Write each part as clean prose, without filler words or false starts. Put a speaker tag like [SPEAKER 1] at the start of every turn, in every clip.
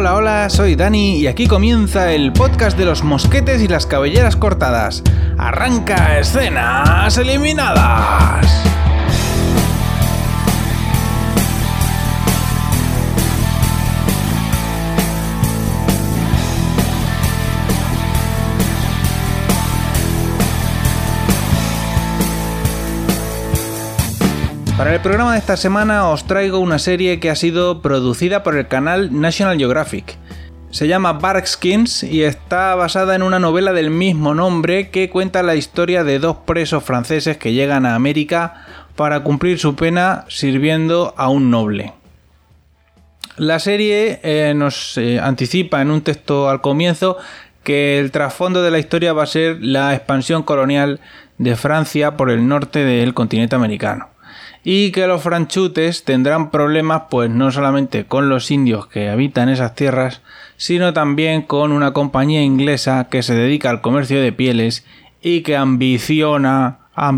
[SPEAKER 1] Hola, hola, soy Dani y aquí comienza el podcast de los mosquetes y las cabelleras cortadas. ¡Arranca escenas eliminadas! Para el programa de esta semana os traigo una serie que ha sido producida por el canal National Geographic. Se llama Barkskins y está basada en una novela del mismo nombre que cuenta la historia de dos presos franceses que llegan a América para cumplir su pena sirviendo a un noble. La serie nos anticipa en un texto al comienzo que el trasfondo de la historia va a ser la expansión colonial de Francia por el norte del continente americano. Y que los franchutes tendrán problemas pues no solamente con los indios que habitan esas tierras, sino también con una compañía inglesa que se dedica al comercio de pieles y que ambiciona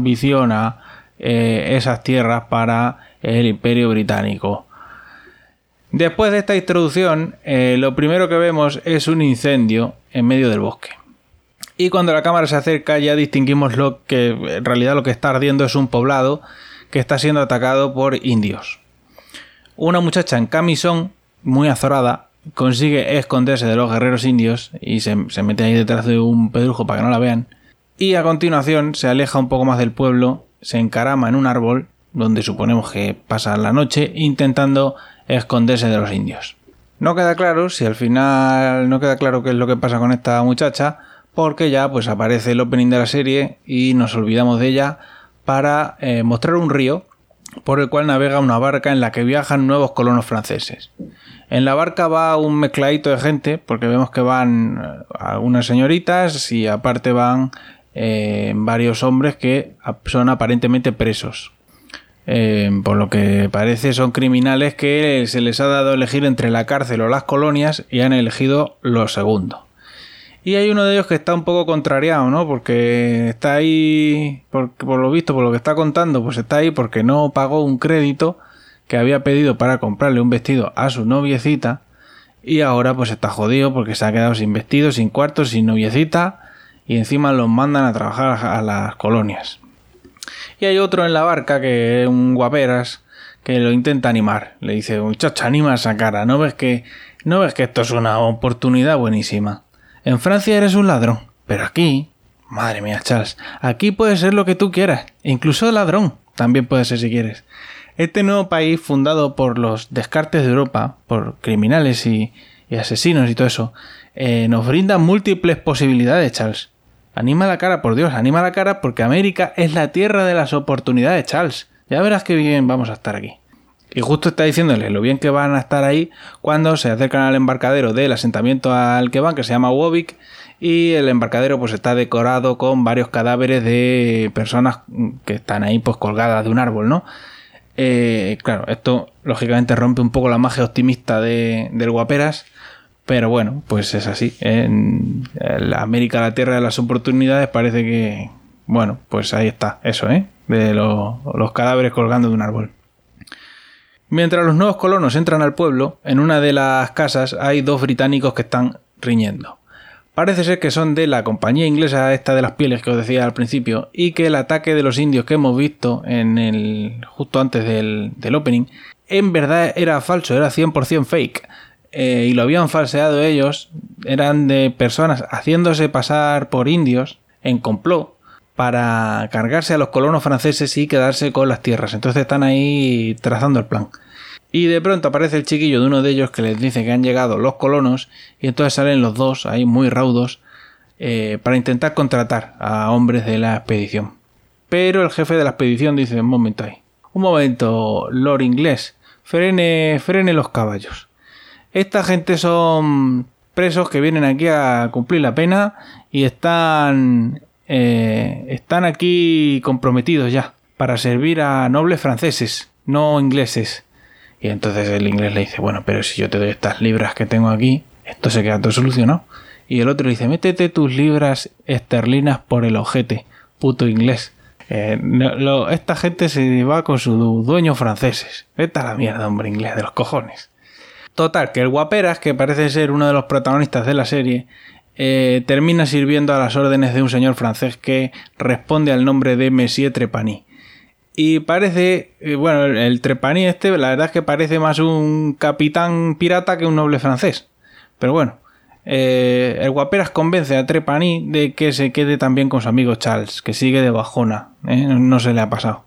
[SPEAKER 1] esas tierras para el Imperio Británico. Después de esta introducción, lo primero que vemos es un incendio en medio del bosque. Y cuando la cámara se acerca ya distinguimos lo que en realidad lo que está ardiendo es un poblado que está siendo atacado por indios. Una muchacha en camisón, muy azorada, consigue esconderse de los guerreros indios y se mete ahí detrás de un pedrujo para que no la vean. Y a continuación se aleja un poco más del pueblo, se encarama en un árbol, donde suponemos que pasa la noche, intentando esconderse de los indios. No queda claro si al final no queda claro qué es lo que pasa con esta muchacha, porque ya pues aparece el opening de la serie y nos olvidamos de ella, para mostrar un río por el cual navega una barca en la que viajan nuevos colonos franceses. En la barca va un mezcladito de gente, porque vemos que van algunas señoritas y aparte van varios hombres que son aparentemente presos. Por lo que parece son criminales que se les ha dado a elegir entre la cárcel o las colonias y han elegido lo segundo. Y hay uno de ellos que está un poco contrariado, ¿no? Porque está ahí, por lo visto, por lo que está contando, pues está ahí porque no pagó un crédito que había pedido para comprarle un vestido a su noviecita y ahora pues está jodido porque se ha quedado sin vestido, sin cuarto, sin noviecita y encima los mandan a trabajar a las colonias. Y hay otro en la barca que es un guaperas que lo intenta animar. Le dice, muchacho, anima esa cara, ¿no ves que esto es una oportunidad buenísima? En Francia eres un ladrón, pero aquí, madre mía, Charles, aquí puedes ser lo que tú quieras, incluso ladrón, también puedes ser si quieres. Este nuevo país fundado por los descartes de Europa, por criminales y asesinos y todo eso, nos brinda múltiples posibilidades, Charles. Anima la cara, por Dios, anima la cara porque América es la tierra de las oportunidades, Charles. Ya verás qué bien vamos a estar aquí. Y justo está diciéndole lo bien que van a estar ahí cuando se acercan al embarcadero del asentamiento al que van, que se llama Wobik, y el embarcadero pues está decorado con varios cadáveres de personas que están ahí pues colgadas de un árbol, ¿no? Claro, esto lógicamente rompe un poco la magia optimista del guaperas, pero bueno, pues es así. En la América, la tierra de las oportunidades, parece que, bueno, pues ahí está, eso, de los cadáveres colgando de un árbol. Mientras los nuevos colonos entran al pueblo, en una de las casas hay dos británicos que están riñendo. Parece ser que son de la compañía inglesa esta de las pieles que os decía al principio y que el ataque de los indios que hemos visto justo antes del opening en verdad era falso, era 100% fake y lo habían falseado ellos, eran de personas haciéndose pasar por indios en complot para cargarse a los colonos franceses y quedarse con las tierras. Entonces están ahí trazando el plan. Y de pronto aparece el chiquillo de uno de ellos que les dice que han llegado los colonos y entonces salen los dos ahí muy raudos para intentar contratar a hombres de la expedición. Pero el jefe de la expedición dice, un momento, Lord Inglés, frene los caballos. Esta gente son presos que vienen aquí a cumplir la pena y están aquí comprometidos ya para servir a nobles franceses, no ingleses. Y entonces el inglés le dice, bueno, pero si yo te doy estas libras que tengo aquí, esto se queda todo solucionado. Y el otro le dice, métete tus libras esterlinas por el ojete, puto inglés. Esta gente se va con sus dueños franceses. Vete a la mierda, hombre inglés, de los cojones. Total, que el guaperas, que parece ser uno de los protagonistas de la serie, termina sirviendo a las órdenes de un señor francés que responde al nombre de Monsieur Trepani. Y parece, bueno, el Trepani la verdad es que parece más un capitán pirata que un noble francés. Pero bueno, el guaperas convence a Trepani de que se quede también con su amigo Charles, que sigue de bajona, no se le ha pasado.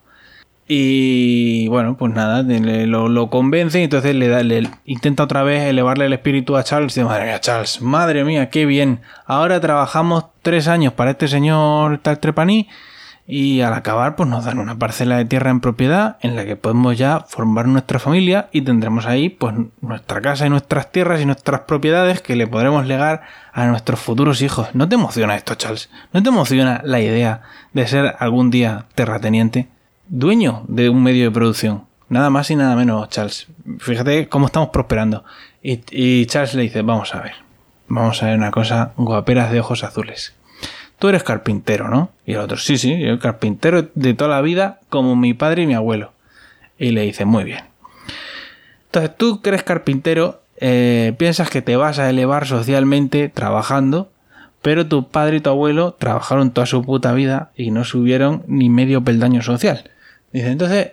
[SPEAKER 1] Y bueno, pues nada, lo convence y entonces le intenta otra vez elevarle el espíritu a Charles. Y dice, madre mía, Charles, madre mía, qué bien. Ahora trabajamos 3 años para este señor tal Trepani y al acabar pues nos dan una parcela de tierra en propiedad en la que podemos ya formar nuestra familia y tendremos ahí pues nuestra casa y nuestras tierras y nuestras propiedades que le podremos legar a nuestros futuros hijos. ¿No te emociona esto, Charles? ¿No te emociona la idea de ser algún día terrateniente? Dueño de un medio de producción, nada más y nada menos, Charles. Fíjate cómo estamos prosperando. Y Charles le dice, vamos a ver una cosa, guaperas de ojos azules. Tú eres carpintero, ¿no? Y el otro, sí, yo carpintero de toda la vida, como mi padre y mi abuelo. Y le dice, muy bien. Entonces tú que eres carpintero, piensas que te vas a elevar socialmente trabajando, pero tu padre y tu abuelo trabajaron toda su puta vida y no subieron ni medio peldaño social. Dice, entonces,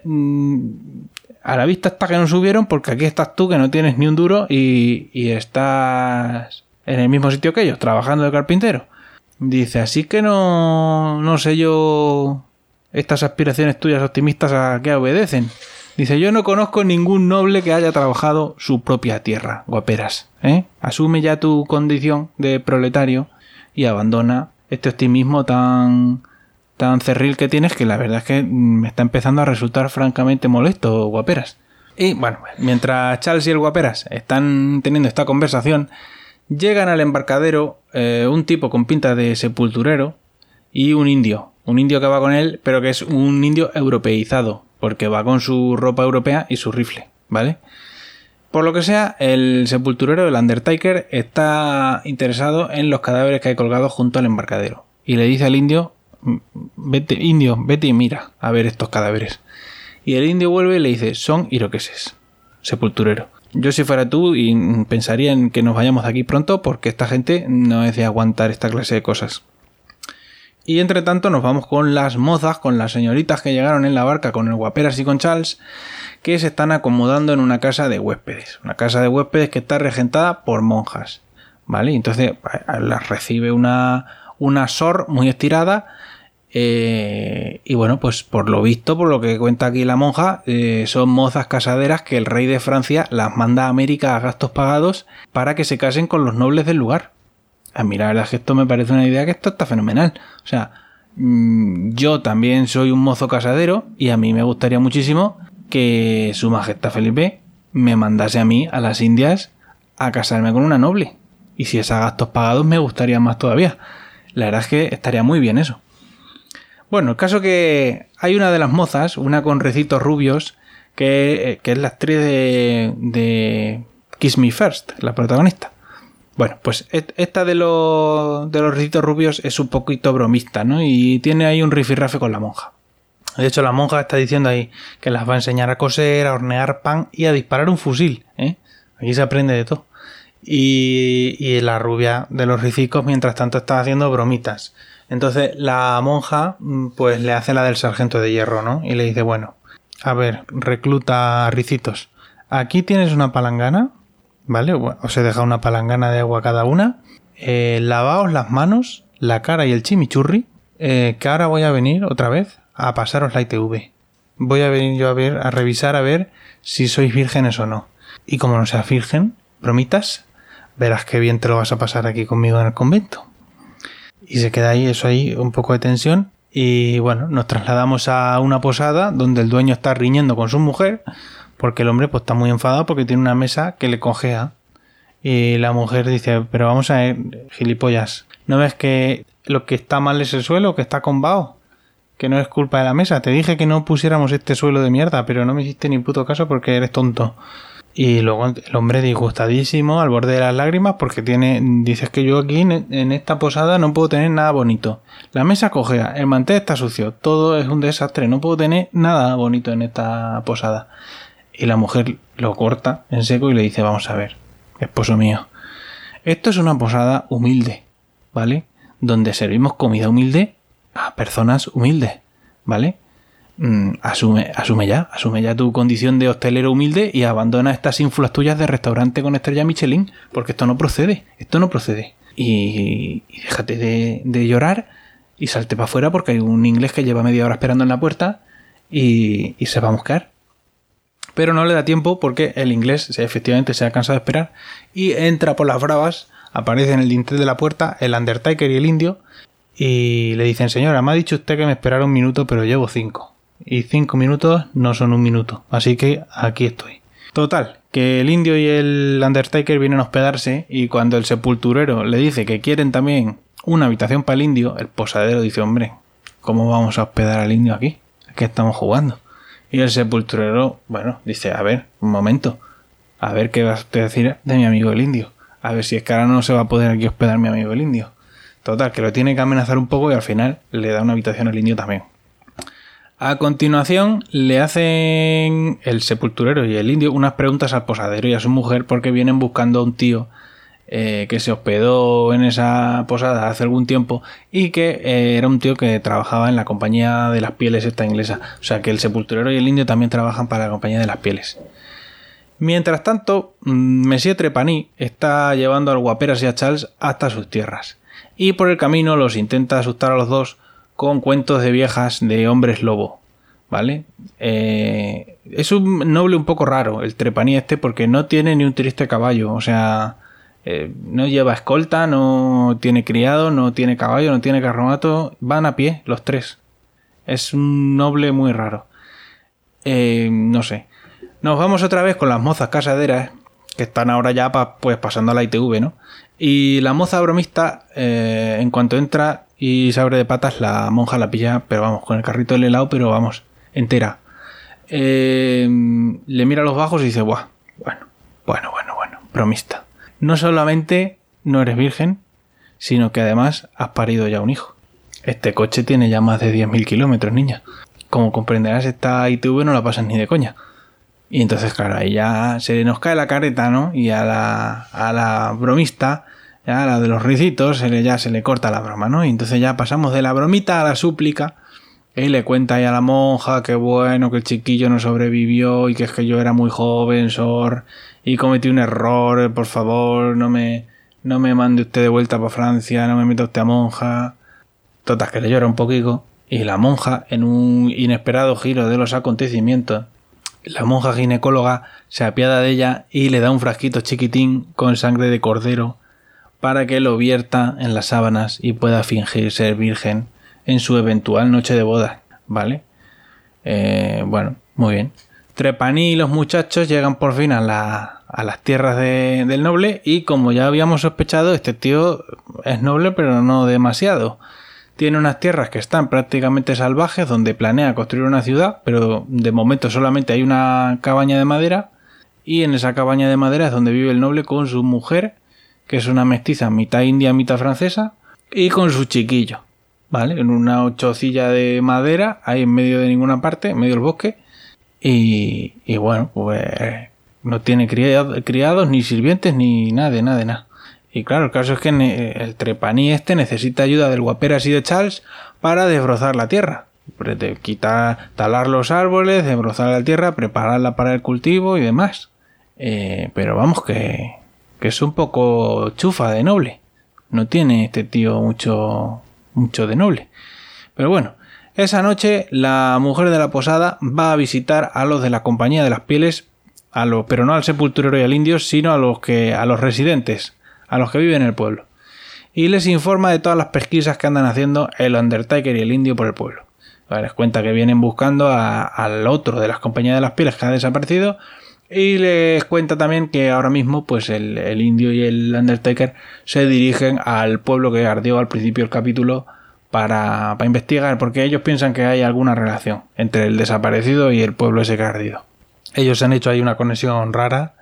[SPEAKER 1] a la vista está que no subieron porque aquí estás tú que no tienes ni un duro y estás en el mismo sitio que ellos, trabajando de carpintero. Dice, así que no sé yo estas aspiraciones tuyas optimistas a qué obedecen. Dice, yo no conozco ningún noble que haya trabajado su propia tierra, guaperas. Asume ya tu condición de proletario y abandona este optimismo tan cerril que tienes, que la verdad es que me está empezando a resultar francamente molesto, guaperas. Y bueno, mientras Charles y el guaperas están teniendo esta conversación, llegan al embarcadero un tipo con pinta de sepulturero y un indio que va con él, pero que es un indio europeizado, porque va con su ropa europea y su rifle, ¿vale? Por lo que sea, el sepulturero, el Undertaker, está interesado en los cadáveres que hay colgados junto al embarcadero. Y le dice al indio, vete y mira a ver estos cadáveres. Y el indio vuelve y le dice, son iroqueses, sepulturero. Yo si fuera tú y pensaría en que nos vayamos de aquí pronto porque esta gente no es de aguantar esta clase de cosas. Y entre tanto nos vamos con las mozas, con las señoritas que llegaron en la barca con el guaperas y con Charles, que se están acomodando en una casa de huéspedes. Una casa de huéspedes que está regentada por monjas, ¿vale? Entonces las recibe una sor muy estirada. Y bueno, pues por lo visto, por lo que cuenta aquí la monja, son mozas casaderas que el rey de Francia las manda a América a gastos pagados para que se casen con los nobles del lugar. A mí la verdad es que esto me parece una idea que esto está fenomenal. O sea, yo también soy un mozo casadero y a mí me gustaría muchísimo que su majestad Felipe me mandase a mí a las Indias a casarme con una noble. Y si es a gastos pagados me gustaría más todavía. La verdad es que estaría muy bien eso. Bueno, el caso que hay una de las mozas, una con ricitos rubios, que es la actriz de Kiss Me First, la protagonista. Bueno, pues esta de los ricitos rubios es un poquito bromista, ¿no? Y tiene ahí un rifirrafe con la monja. De hecho, la monja está diciendo ahí que las va a enseñar a coser, a hornear pan y a disparar un fusil, ¿eh? Aquí se aprende de todo. Y la rubia de los ricicos, mientras tanto, está haciendo bromitas. Entonces, la monja, pues le hace la del sargento de hierro, ¿no? Y le dice, bueno, a ver, recluta ricitos. Aquí tienes una palangana, ¿vale? Os he dejado una palangana de agua cada una. Lavaos las manos, la cara y el chimichurri, que ahora voy a venir otra vez a pasaros la ITV. Voy a venir yo a revisar a ver si sois vírgenes o no. Y como no seas virgen, bromitas, verás qué bien te lo vas a pasar aquí conmigo en el convento. Y se queda ahí, un poco de tensión. Y bueno, nos trasladamos a una posada donde el dueño está riñendo con su mujer, porque el hombre pues está muy enfadado porque tiene una mesa que le cojea. Y la mujer dice, pero vamos a ver, gilipollas, ¿no ves que lo que está mal es el suelo, que está con vaho? Que no es culpa de la mesa. Te dije que no pusiéramos este suelo de mierda, pero no me hiciste ni puto caso porque eres tonto. Y luego el hombre disgustadísimo, al borde de las lágrimas, porque dices que yo aquí en esta posada no puedo tener nada bonito. La mesa cojea, el mantel está sucio, todo es un desastre, no puedo tener nada bonito en esta posada. Y la mujer lo corta en seco y le dice, vamos a ver, esposo mío, esto es una posada humilde, ¿vale? Donde servimos comida humilde a personas humildes, ¿vale? Asume ya tu condición de hostelero humilde y abandona estas ínfulas tuyas de restaurante con estrella Michelin, porque esto no procede. Y déjate de llorar y salte para afuera porque hay un inglés que lleva media hora esperando en la puerta y se va a mosquear. Pero no le da tiempo porque el inglés efectivamente se ha cansado de esperar y entra por las bravas, aparece en el dintel de la puerta el Undertaker y el indio y le dicen, señora, me ha dicho usted que me esperara 1 minuto, pero llevo 5. Y 5 minutos no son 1 minuto, así que aquí estoy. Total, que el indio y el Undertaker vienen a hospedarse y cuando el sepulturero le dice que quieren también una habitación para el indio, el posadero dice, hombre, ¿cómo vamos a hospedar al indio aquí? ¿A qué estamos jugando? Y el sepulturero, bueno, dice, a ver, un momento, a ver qué vas a decir de mi amigo el indio. A ver si es que ahora no se va a poder aquí hospedar mi amigo el indio. Total, que lo tiene que amenazar un poco y al final le da una habitación al indio también. A continuación le hacen el sepulturero y el indio unas preguntas al posadero y a su mujer porque vienen buscando a un tío que se hospedó en esa posada hace algún tiempo y que era un tío que trabajaba en la compañía de las pieles esta inglesa. O sea que el sepulturero y el indio también trabajan para la compañía de las pieles. Mientras tanto, Monsieur Trepani está llevando al Guaperas y a Charles hasta sus tierras y por el camino los intenta asustar a los dos con cuentos de viejas de hombres lobo, ¿vale? Es un noble un poco raro el Trepani este porque no tiene ni un triste caballo, o sea, no lleva escolta, no tiene criado, no tiene caballo, no tiene carromato, van a pie los tres. Es un noble muy raro. No sé. Nos vamos otra vez con las mozas casaderas que están ahora ya pues pasando a la ITV, ¿no? Y la moza bromista, en cuanto entra y se abre de patas, la monja la pilla, pero vamos, con el carrito del helado, pero vamos, entera. Le mira a los bajos y dice, bueno, bromista. No solamente no eres virgen, sino que además has parido ya un hijo. Este coche tiene ya más de 10.000 kilómetros, niña. Como comprenderás, esta ITV no la pasas ni de coña. Y entonces, claro, ahí ya se nos cae la careta, ¿no? Y a la bromista, ya a la de los ricitos, se le corta la broma, ¿no? Y entonces ya pasamos de la bromita a la súplica. Y le cuenta ahí a la monja que bueno, que el chiquillo no sobrevivió y que es que yo era muy joven, Sor, y cometí un error, por favor, no me mande usted de vuelta para Francia, no me meta usted a monja. Total, que le llora un poquito. Y la monja, en un inesperado giro de los acontecimientos, la monja ginecóloga se apiada de ella y le da un frasquito chiquitín con sangre de cordero para que lo vierta en las sábanas y pueda fingir ser virgen en su eventual noche de boda, ¿vale? Bueno, muy bien. Trepani y los muchachos llegan por fin a las tierras del noble y como ya habíamos sospechado, este tío es noble pero no demasiado. Tiene unas tierras que están prácticamente salvajes donde planea construir una ciudad, pero de momento solamente hay una cabaña de madera y en esa cabaña de madera es donde vive el noble con su mujer, que es una mestiza mitad india, mitad francesa, y con su chiquillo, ¿vale? En una chocilla de madera, ahí en medio de ninguna parte, en medio del bosque, y bueno, pues no tiene criados, ni sirvientes, ni nada de nada. Y claro, el caso es que el Trepani este necesita ayuda del Guaperas y de Charles para desbrozar la tierra. Talar los árboles, desbrozar la tierra, prepararla para el cultivo y demás. Pero vamos, que es un poco chufa de noble. No tiene este tío mucho de noble. Pero bueno, esa noche la mujer de la posada va a visitar a los de la compañía de las pieles, pero no al sepulturero y al indio, sino a los residentes, a los que viven en el pueblo. Y les informa de todas las pesquisas que andan haciendo el Undertaker y el indio por el pueblo. Les cuenta que vienen buscando al otro de las compañías de las pieles que ha desaparecido. Y les cuenta también que ahora mismo pues el indio y el Undertaker se dirigen al pueblo que ardió al principio del capítulo para investigar, porque ellos piensan que hay alguna relación entre el desaparecido y el pueblo ese que ha ardido. Ellos han hecho ahí una conexión rara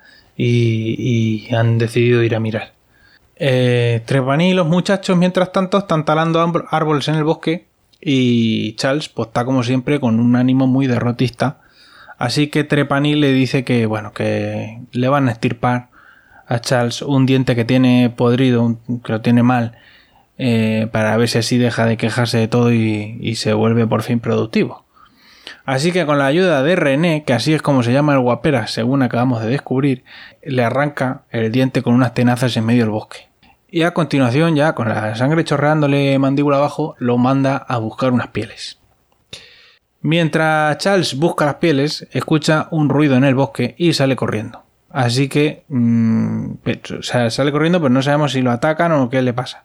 [SPEAKER 1] y han decidido ir a mirar. Trepani y los muchachos mientras tanto están talando árboles en el bosque y Charles pues está como siempre con un ánimo muy derrotista Así que Trepani le dice que, bueno, que le van a extirpar a Charles un diente que tiene podrido, que lo tiene mal, para ver si así deja de quejarse de todo y se vuelve por fin productivo. Así que con la ayuda de René, que así es como se llama el guaperas según acabamos de descubrir, le arranca el diente con unas tenazas en medio del bosque. Y a continuación, ya con la sangre chorreándole mandíbula abajo, lo manda a buscar unas pieles. Mientras Charles busca las pieles, escucha un ruido en el bosque y sale corriendo. Así que sale corriendo, pero no sabemos si lo atacan o qué le pasa.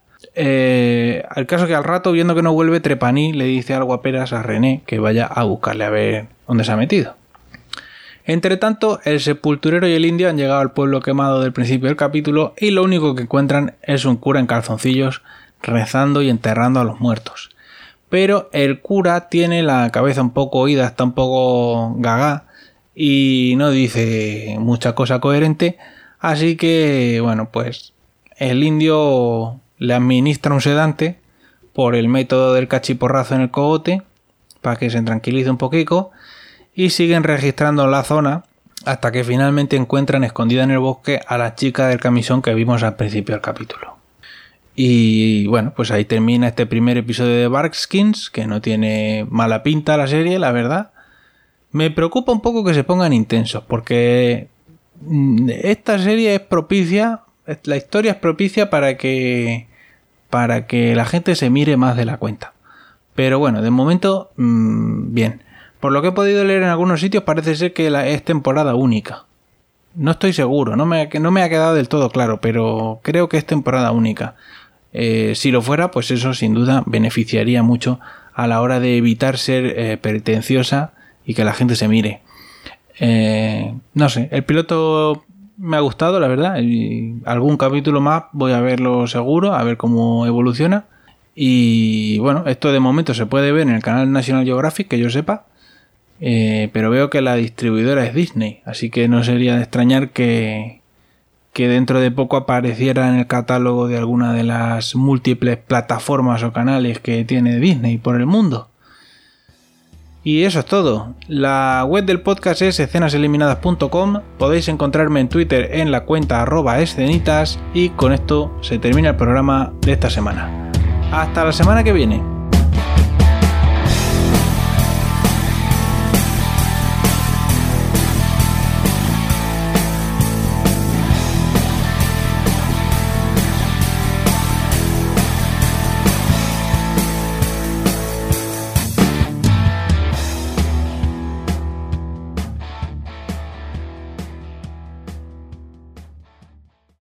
[SPEAKER 1] Al caso que al rato, viendo que no vuelve, Trepani le dice al guaperas a René que vaya a buscarle a ver dónde se ha metido. Entre tanto, el sepulturero y el indio han llegado al pueblo quemado del principio del capítulo y lo único que encuentran es un cura en calzoncillos rezando y enterrando a los muertos. Pero el cura tiene la cabeza un poco oída, está un poco gaga y no dice mucha cosa coherente, así que, bueno, pues el indio le administra un sedante por el método del cachiporrazo en el cogote para que se tranquilice un poquito y siguen registrando la zona hasta que finalmente encuentran escondida en el bosque a la chica del camisón que vimos al principio del capítulo. Y bueno, pues ahí termina este primer episodio de Barkskins, que no tiene mala pinta la serie, la verdad. Me preocupa un poco que se pongan intensos, porque esta serie es propicia, la historia es propicia para que la gente se mire más de la cuenta. Pero bueno, de momento, bien. Por lo que he podido leer en algunos sitios, parece ser que es temporada única. No estoy seguro, no me ha quedado del todo claro, pero creo que es temporada única. Si lo fuera, pues eso sin duda beneficiaría mucho a la hora de evitar ser pretenciosa y que la gente se mire. No sé, el piloto me ha gustado, la verdad. Y algún capítulo más voy a verlo seguro, a ver cómo evoluciona. Y bueno, esto de momento se puede ver en el canal National Geographic, que yo sepa. Pero veo que la distribuidora es Disney, así que no sería de extrañar que dentro de poco apareciera en el catálogo de alguna de las múltiples plataformas o canales que tiene Disney por el mundo. Y eso es todo. La web del podcast es escenaseliminadas.com. Podéis encontrarme en Twitter en la cuenta @escenitas y con esto se termina el programa de esta semana. Hasta la semana que viene.